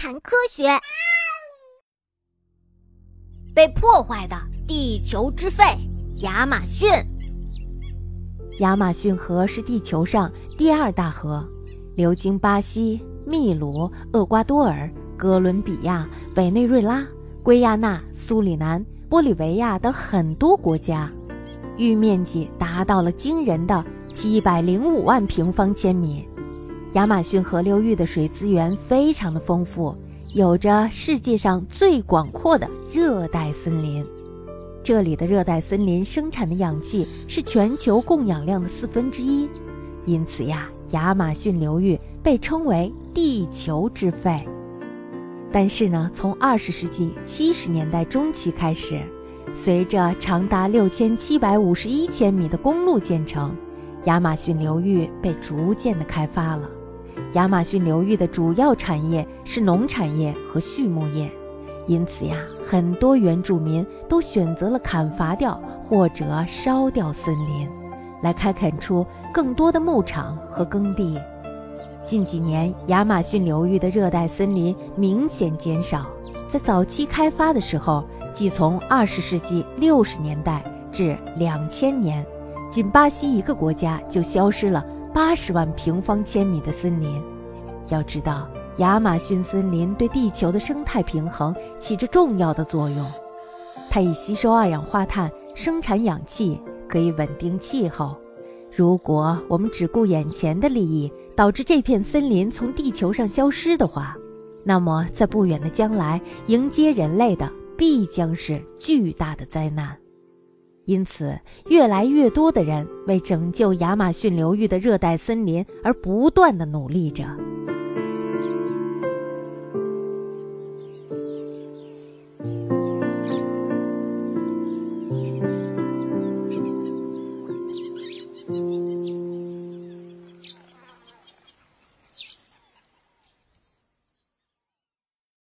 谈科学。被破坏的地球之肺——亚马逊。 亚马逊河是地球上第2大河，流经巴西、秘鲁、厄瓜多尔、哥伦比亚、委内瑞拉、圭亚那、苏里南、玻利维亚等很多国家，域面积达到了惊人的705万平方千米。亚马逊河流域的水资源非常的丰富，有着世界上最广阔的热带森林。这里的热带森林生产的氧气是全球供氧量的1/4，因此呀，亚马逊流域被称为地球之肺。但是呢，从20世纪70年代中期开始，随着长达6751千米的公路建成，亚马逊流域被逐渐的开发了。亚马逊流域的主要产业是农产业和畜牧业，因此呀，很多原住民都选择了砍伐掉或者烧掉森林，来开垦出更多的牧场和耕地。近几年，亚马逊流域的热带森林明显减少。在早期开发的时候，即从20世纪60年代至2000年，仅巴西一个国家就消失了80万平方千米的森林。要知道，亚马逊森林对地球的生态平衡起着重要的作用，它以吸收二氧化碳生产氧气，可以稳定气候。如果我们只顾眼前的利益，导致这片森林从地球上消失的话，那么在不远的将来，迎接人类的必将是巨大的灾难。因此，越来越多的人为拯救亚马逊流域的热带森林而不断地努力着。